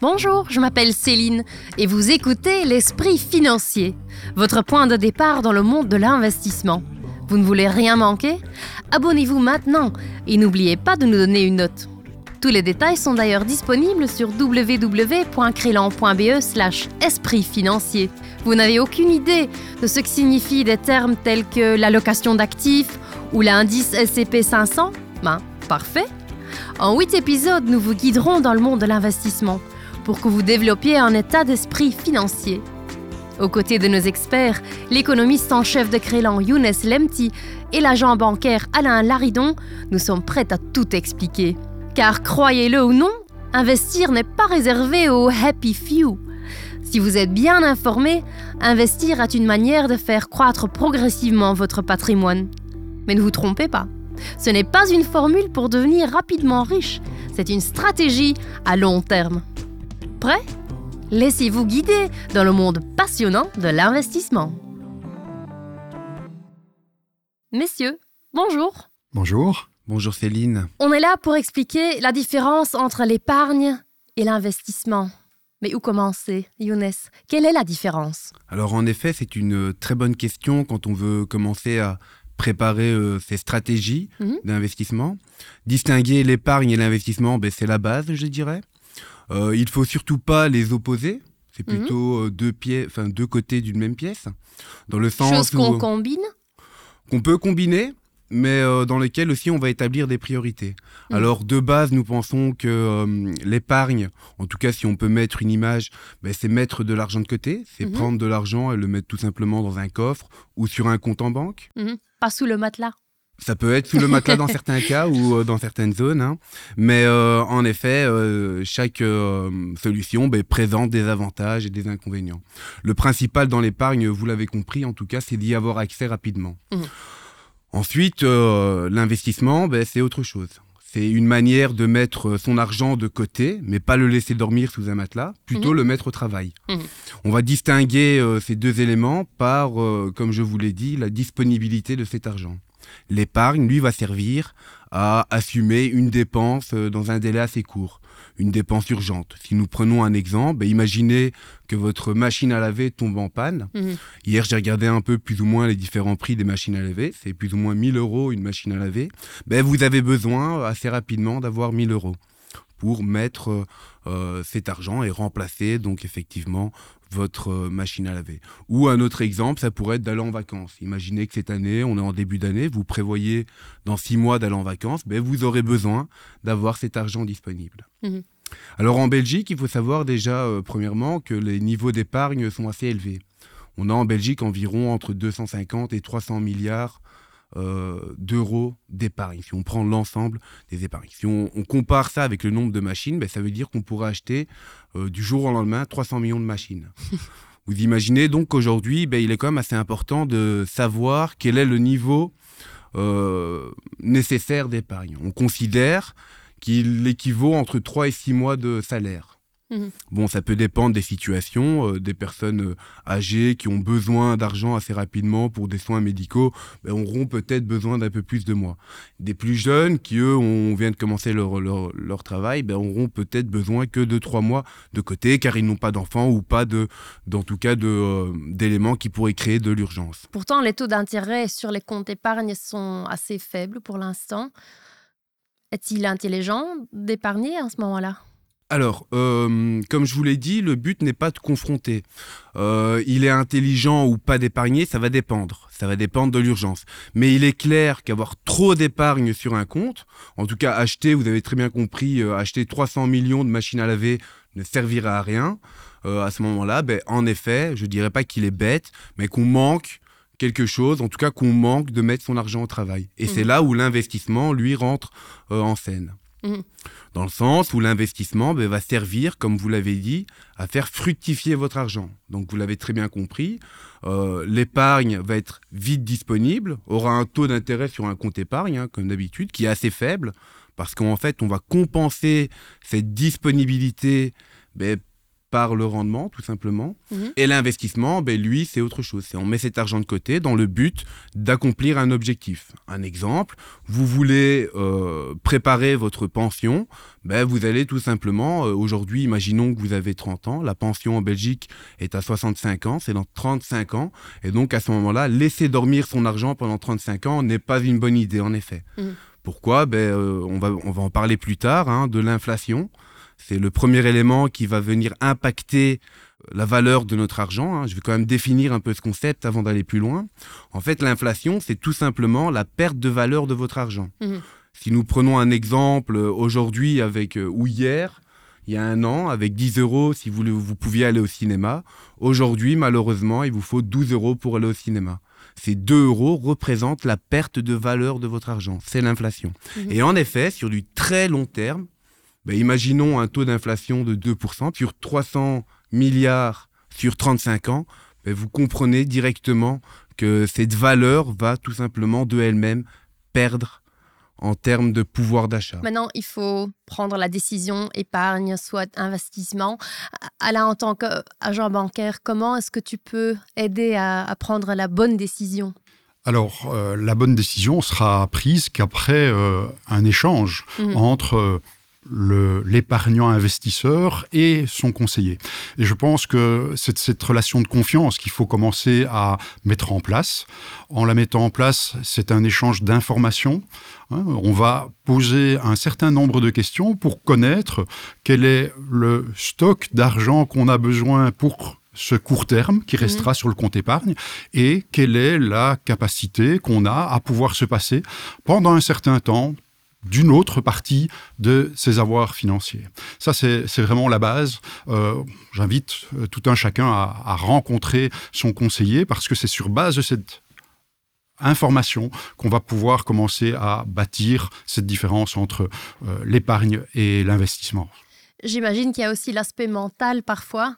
Bonjour, je m'appelle Céline et vous écoutez l'Esprit financier, votre point de départ dans le monde de l'investissement. Vous ne voulez rien manquer? Abonnez-vous maintenant et n'oubliez pas de nous donner une note. Tous les détails sont d'ailleurs disponibles sur www.crelan.be/esprit financier. Vous n'avez aucune idée de ce que signifient des termes tels que l'allocation d'actifs ou l'indice S&P 500? Parfait! En 8 épisodes, nous vous guiderons dans le monde de l'investissement pour que vous développiez un état d'esprit financier. Aux côtés de nos experts, l'économiste en chef de Crelan Younes Lemti et l'agent bancaire Alain Laridon, nous sommes prêts à tout expliquer. Car croyez-le ou non, investir n'est pas réservé aux happy few. Si vous êtes bien informé, investir est une manière de faire croître progressivement votre patrimoine. Mais ne vous trompez pas, ce n'est pas une formule pour devenir rapidement riche, c'est une stratégie à long terme. Prêt? Laissez-vous guider dans le monde passionnant de l'investissement. Messieurs, bonjour. Bonjour. Bonjour Céline. On est là pour expliquer la différence entre l'épargne et l'investissement. Mais où commencer, Younes? Quelle est la différence? Alors en effet, c'est une très bonne question quand on veut commencer à préparer ses stratégies d'investissement. Distinguer l'épargne et l'investissement, c'est la base, je dirais. Il ne faut surtout pas les opposer. C'est plutôt deux côtés d'une même pièce. Dans le sens chose qu'on combine? Qu'on peut combiner, mais dans lesquels aussi on va établir des priorités. Alors de base, nous pensons que l'épargne, en tout cas si on peut mettre une image, c'est mettre de l'argent de côté, c'est prendre de l'argent et le mettre tout simplement dans un coffre ou sur un compte en banque. Pas sous le matelas. Ça peut être sous le matelas dans certains cas ou dans certaines zones, mais en effet, chaque solution présente des avantages et des inconvénients. Le principal dans l'épargne, vous l'avez compris, en tout cas, c'est d'y avoir accès rapidement. Ensuite, l'investissement, c'est autre chose. C'est une manière de mettre son argent de côté, mais pas le laisser dormir sous un matelas, plutôt le mettre au travail. On va distinguer ces deux éléments par, comme je vous l'ai dit, la disponibilité de cet argent. L'épargne, lui, va servir à assumer une dépense dans un délai assez court, une dépense urgente. Si nous prenons un exemple, imaginez que votre machine à laver tombe en panne. Hier, j'ai regardé un peu plus ou moins les différents prix des machines à laver. C'est plus ou moins 1 000 € une machine à laver. Vous avez besoin assez rapidement d'avoir 1 000 € pour mettre cet argent et remplacer donc effectivement votre machine à laver. Ou un autre exemple, ça pourrait être d'aller en vacances. Imaginez que cette année, on est en début d'année, vous prévoyez dans 6 mois d'aller en vacances, vous aurez besoin d'avoir cet argent disponible. Alors en Belgique, il faut savoir déjà, premièrement, que les niveaux d'épargne sont assez élevés. On a en Belgique environ entre 250 et 300 milliards d'euros d'épargne, si on prend l'ensemble des épargnes. Si on compare ça avec le nombre de machines, ça veut dire qu'on pourrait acheter du jour au lendemain 300 millions de machines. Vous imaginez donc qu'aujourd'hui, il est quand même assez important de savoir quel est le niveau nécessaire d'épargne. On considère qu'il équivaut entre 3 et 6 mois de salaire. Bon, ça peut dépendre des situations. Des personnes âgées qui ont besoin d'argent assez rapidement pour des soins médicaux auront peut-être besoin d'un peu plus de mois. Des plus jeunes qui, eux, on vient de commencer leur travail, auront peut-être besoin que de 3 mois de côté car ils n'ont pas d'enfants ou pas d'éléments qui pourraient créer de l'urgence. Pourtant, les taux d'intérêt sur les comptes épargne sont assez faibles pour l'instant. Est-il intelligent d'épargner à ce moment-là ? Alors, comme je vous l'ai dit, le but n'est pas de confronter. Il est intelligent ou pas d'épargner, ça va dépendre. Ça va dépendre de l'urgence. Mais il est clair qu'avoir trop d'épargne sur un compte, en tout cas acheter, vous avez très bien compris, acheter 300 millions de machines à laver ne servira à rien. À ce moment-là, en effet, je ne dirais pas qu'il est bête, mais qu'on manque quelque chose, en tout cas qu'on manque de mettre son argent au travail. Et c'est là où l'investissement, lui, rentre en scène. Dans le sens où l'investissement va servir, comme vous l'avez dit, à faire fructifier votre argent. Donc vous l'avez très bien compris, l'épargne va être vite disponible, aura un taux d'intérêt sur un compte épargne, comme d'habitude, qui est assez faible, parce qu'en fait on va compenser cette disponibilité par le rendement, tout simplement. Mhm. Et l'investissement, lui, c'est autre chose. C'est on met cet argent de côté dans le but d'accomplir un objectif. Un exemple, vous voulez préparer votre pension, vous allez tout simplement, aujourd'hui, imaginons que vous avez 30 ans, la pension en Belgique est à 65 ans, c'est dans 35 ans, et donc à ce moment-là, laisser dormir son argent pendant 35 ans n'est pas une bonne idée, en effet. Mhm. Pourquoi ? On va en parler plus tard, de l'inflation. C'est le premier élément qui va venir impacter la valeur de notre argent. Je vais quand même définir un peu ce concept avant d'aller plus loin. En fait, l'inflation, c'est tout simplement la perte de valeur de votre argent. Mmh. Si nous prenons un exemple aujourd'hui ou hier, il y a un an, avec 10 €, si vous pouviez aller au cinéma. Aujourd'hui, malheureusement, il vous faut 12 € pour aller au cinéma. Ces 2 € représentent la perte de valeur de votre argent. C'est l'inflation. Mmh. Et en effet, sur du très long terme, imaginons un taux d'inflation de 2% sur 300 milliards sur 35 ans. Vous comprenez directement que cette valeur va tout simplement de elle-même perdre en termes de pouvoir d'achat. Maintenant, il faut prendre la décision épargne, soit investissement. Alain, en tant qu'agent bancaire, comment est-ce que tu peux aider à prendre la bonne décision ? Alors, la bonne décision sera prise qu'après un échange entre l'épargnant investisseur et son conseiller. Et je pense que c'est cette relation de confiance qu'il faut commencer à mettre en place. En la mettant en place, c'est un échange d'informations. On va poser un certain nombre de questions pour connaître quel est le stock d'argent qu'on a besoin pour ce court terme qui restera sur le compte épargne et quelle est la capacité qu'on a à pouvoir se passer pendant un certain temps d'une autre partie de ses avoirs financiers. Ça, c'est vraiment la base. J'invite tout un chacun à rencontrer son conseiller parce que c'est sur base de cette information qu'on va pouvoir commencer à bâtir cette différence entre l'épargne et l'investissement. J'imagine qu'il y a aussi l'aspect mental parfois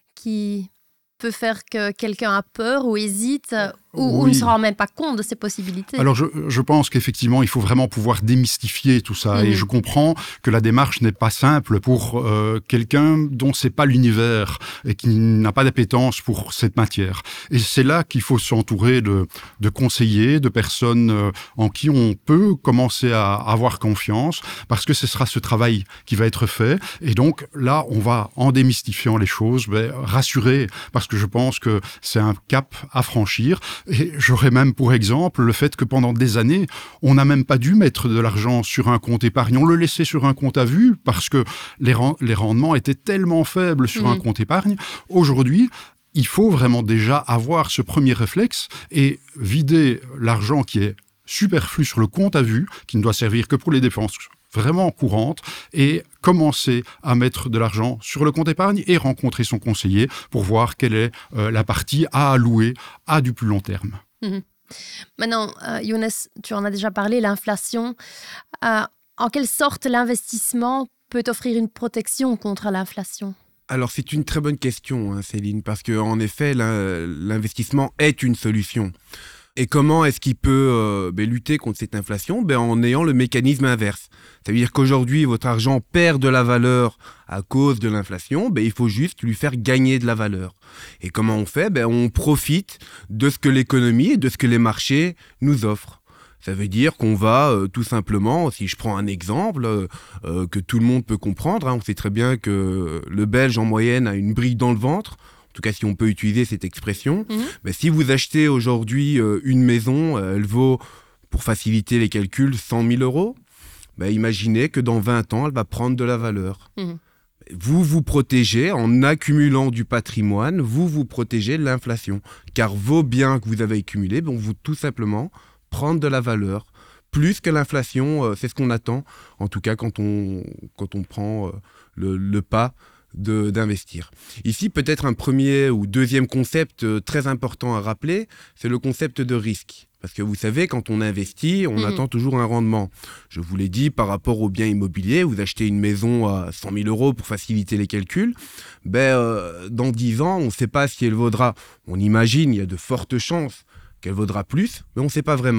qui peut faire que quelqu'un a peur ou hésite ou ne se rend même pas compte de ces possibilités. Alors, je pense qu'effectivement, il faut vraiment pouvoir démystifier tout ça. Et je comprends que la démarche n'est pas simple pour quelqu'un dont c'est pas l'univers et qui n'a pas d'appétence pour cette matière. Et c'est là qu'il faut s'entourer de conseillers, de personnes en qui on peut commencer à avoir confiance, parce que ce sera ce travail qui va être fait. Et donc, là, on va, en démystifiant les choses, rassurer, parce que je pense que c'est un cap à franchir. Et j'aurais même pour exemple le fait que pendant des années, on n'a même pas dû mettre de l'argent sur un compte épargne. On le laissait sur un compte à vue parce que les rendements étaient tellement faibles sur un compte épargne. Aujourd'hui, il faut vraiment déjà avoir ce premier réflexe et vider l'argent qui est superflu sur le compte à vue, qui ne doit servir que pour les dépenses vraiment courantes, et commencer à mettre de l'argent sur le compte épargne et rencontrer son conseiller pour voir quelle est la partie à allouer à du plus long terme. Maintenant, Younes, tu en as déjà parlé, l'inflation. En quelle sorte l'investissement peut offrir une protection contre l'inflation ? Alors, c'est une très bonne question, Céline, parce qu'en effet, l'investissement est une solution. Et comment est-ce qu'il peut lutter contre cette inflation ? En ayant le mécanisme inverse. Ça veut dire qu'aujourd'hui, votre argent perd de la valeur à cause de l'inflation. Il faut juste lui faire gagner de la valeur. Et comment on fait ? On profite de ce que l'économie et de ce que les marchés nous offrent. Ça veut dire qu'on va tout simplement, si je prends un exemple que tout le monde peut comprendre, on sait très bien que le Belge en moyenne a une brique dans le ventre. En tout cas, si on peut utiliser cette expression, si vous achetez aujourd'hui une maison, elle vaut, pour faciliter les calculs, 100 000 €. Imaginez que dans 20 ans, elle va prendre de la valeur. Vous vous protégez en accumulant du patrimoine, vous protégez de l'inflation. Car vos biens que vous avez accumulés vont vous tout simplement prendre de la valeur. Plus que l'inflation, c'est ce qu'on attend, en tout cas quand on prend le pas d'investir. Ici, peut-être un premier ou deuxième concept très important à rappeler, c'est le concept de risque. Parce que vous savez, quand on investit, on attend toujours un rendement. Je vous l'ai dit, par rapport aux biens immobiliers, vous achetez une maison à 100 000 € pour faciliter les calculs. Dans 10 ans, on ne sait pas si elle vaudra. On imagine, il y a de fortes chances qu'elle vaudra plus, mais on ne sait pas vraiment.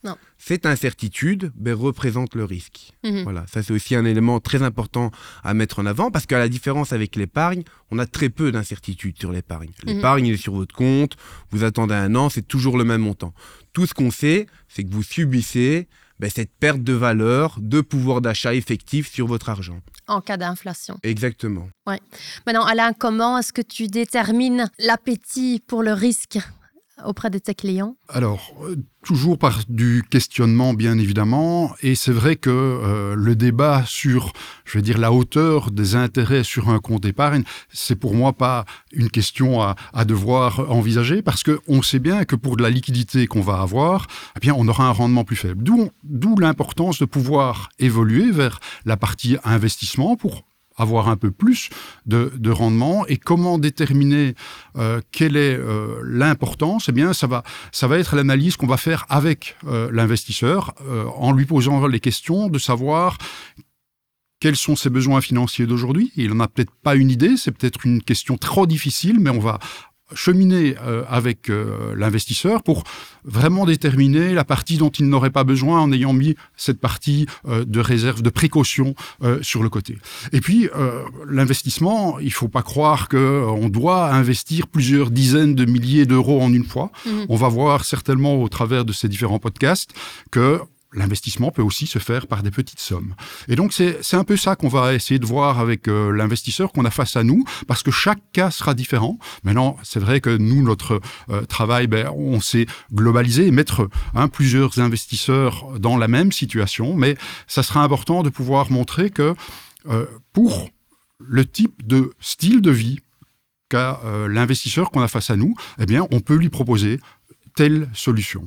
Non. Cette incertitude représente le risque. Voilà, ça c'est aussi un élément très important à mettre en avant parce qu'à la différence avec l'épargne, on a très peu d'incertitude sur l'épargne. L'épargne est sur votre compte, vous attendez 1 an, c'est toujours le même montant. Tout ce qu'on sait, c'est que vous subissez cette perte de valeur, de pouvoir d'achat effectif sur votre argent. En cas d'inflation. Exactement. Ouais. Maintenant, Alain, comment est-ce que tu détermines l'appétit pour le risque auprès de tes clients? Alors, toujours par du questionnement, bien évidemment. Et c'est vrai que le débat sur, je vais dire, la hauteur des intérêts sur un compte épargne, c'est pour moi pas une question à devoir envisager parce qu'on sait bien que pour de la liquidité qu'on va avoir, eh bien, on aura un rendement plus faible. D'où l'importance de pouvoir évoluer vers la partie investissement pour avoir un peu plus de rendement. Et comment déterminer quelle est l'importance? Eh bien, ça va être l'analyse qu'on va faire avec l'investisseur en lui posant les questions de savoir quels sont ses besoins financiers d'aujourd'hui. Il n'en a peut-être pas une idée, c'est peut-être une question trop difficile, mais on va cheminer avec l'investisseur pour vraiment déterminer la partie dont il n'aurait pas besoin en ayant mis cette partie de réserve, de précaution sur le côté. Et puis, l'investissement, il ne faut pas croire qu'on doit investir plusieurs dizaines de milliers d'euros en une fois. On va voir certainement au travers de ces différents podcasts que l'investissement peut aussi se faire par des petites sommes. Et donc, c'est un peu ça qu'on va essayer de voir avec l'investisseur qu'on a face à nous, parce que chaque cas sera différent. Maintenant, c'est vrai que nous, notre travail, on s'est globalisé et mettre plusieurs investisseurs dans la même situation, mais ça sera important de pouvoir montrer que pour le type de style de vie qu'a l'investisseur qu'on a face à nous, eh bien, on peut lui proposer telle solution.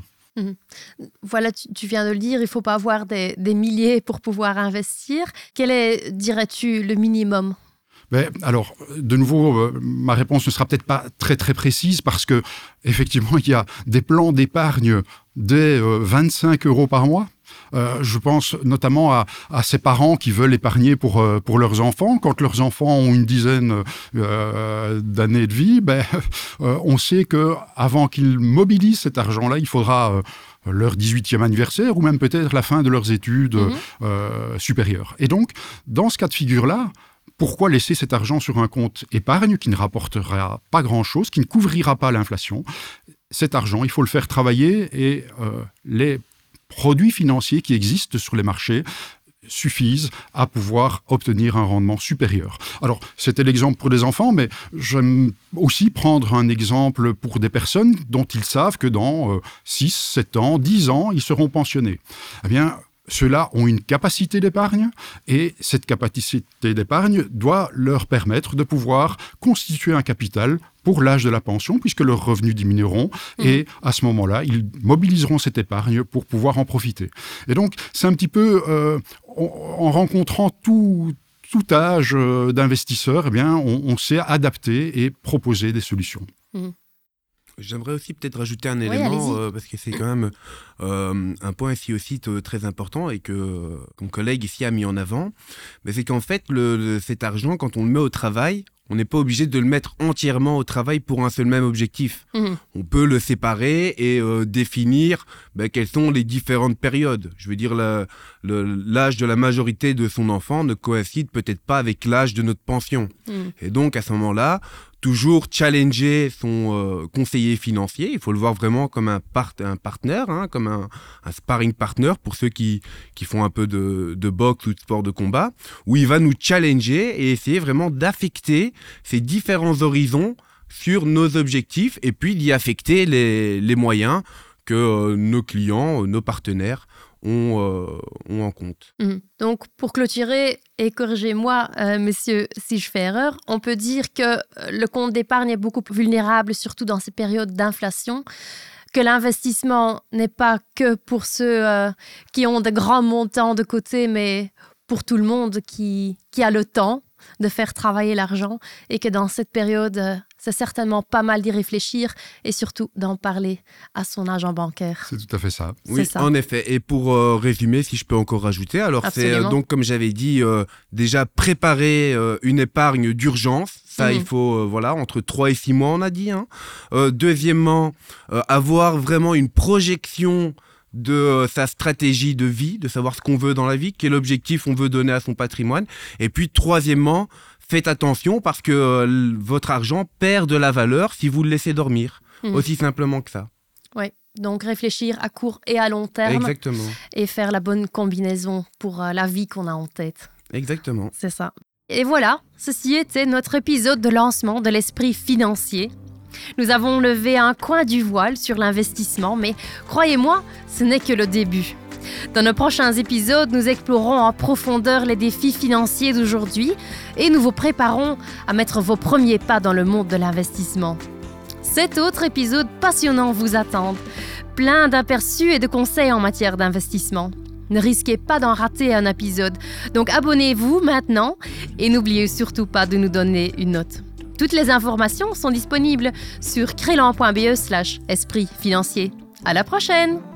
Voilà, tu viens de le dire, il ne faut pas avoir des milliers pour pouvoir investir. Quel est, dirais-tu, le minimum? Alors, de nouveau, ma réponse ne sera peut-être pas très très précise parce que effectivement, il y a des plans d'épargne dès 25 € par mois. Je pense notamment à ces parents qui veulent épargner pour leurs enfants. Quand leurs enfants ont une dizaine d'années de vie, on sait qu'avant qu'ils mobilisent cet argent-là, il faudra leur 18e anniversaire ou même peut-être la fin de leurs études supérieures. Et donc, dans ce cas de figure-là, pourquoi laisser cet argent sur un compte épargne qui ne rapportera pas grand-chose, qui ne couvrira pas l'inflation? Cet argent, il faut le faire travailler et les produits financiers qui existent sur les marchés suffisent à pouvoir obtenir un rendement supérieur. Alors, c'était l'exemple pour les enfants, mais j'aime aussi prendre un exemple pour des personnes dont ils savent que dans 6, 7 ans, 10 ans, ils seront pensionnés. Eh bien, ceux-là ont une capacité d'épargne et cette capacité d'épargne doit leur permettre de pouvoir constituer un capital pour l'âge de la pension puisque leurs revenus diminueront et à ce moment-là, ils mobiliseront cette épargne pour pouvoir en profiter. Et donc, c'est un petit peu en rencontrant tout âge d'investisseurs, eh bien, on sait adapter et proposer des solutions. J'aimerais aussi peut-être rajouter un élément, parce que c'est quand même un point ici aussi très important et que mon collègue ici a mis en avant. Mais c'est qu'en fait, cet argent, quand on le met au travail, on n'est pas obligé de le mettre entièrement au travail pour un seul même objectif. On peut le séparer et définir quelles sont les différentes périodes. Je veux dire, l'âge de la majorité de son enfant ne coïncide peut-être pas avec l'âge de notre pension. Et donc, à ce moment-là, toujours challenger son conseiller financier. Il faut le voir vraiment comme un partenaire, comme un sparring partner pour ceux qui font un peu de boxe ou de sport de combat, où il va nous challenger et essayer vraiment d'affecter ces différents horizons sur nos objectifs et puis d'y affecter les moyens que nos clients, nos partenaires ont en compte. Donc, pour clôturer, et corrigez-moi, messieurs, si je fais erreur, on peut dire que le compte d'épargne est beaucoup plus vulnérable, surtout dans ces périodes d'inflation, que l'investissement n'est pas que pour ceux qui ont de grands montants de côté, mais pour tout le monde qui a le temps de faire travailler l'argent et que dans cette période, c'est certainement pas mal d'y réfléchir et surtout d'en parler à son agent bancaire. C'est tout à fait ça. Oui, en effet. Et pour résumer, si je peux encore rajouter, alors Absolument. c'est donc, comme j'avais dit, déjà préparer une épargne d'urgence. Ça, il faut, entre 3 et 6 mois, on a dit. Deuxièmement, avoir vraiment une projection de sa stratégie de vie, de savoir ce qu'on veut dans la vie, quel objectif on veut donner à son patrimoine. Et puis, troisièmement, faites attention parce que votre argent perd de la valeur si vous le laissez dormir. Aussi simplement que ça. Oui, donc réfléchir à court et à long terme. Exactement. Et faire la bonne combinaison pour la vie qu'on a en tête. Exactement. C'est ça. Et voilà, ceci était notre épisode de lancement de l'esprit financier. Nous avons levé un coin du voile sur l'investissement, mais croyez-moi, ce n'est que le début. Dans nos prochains épisodes, nous explorerons en profondeur les défis financiers d'aujourd'hui et nous vous préparons à mettre vos premiers pas dans le monde de l'investissement. 7 autres épisodes passionnants vous attendent, plein d'aperçus et de conseils en matière d'investissement. Ne risquez pas d'en rater un épisode, donc abonnez-vous maintenant et n'oubliez surtout pas de nous donner une note. Toutes les informations sont disponibles sur crelan.be/esprit financier. À la prochaine!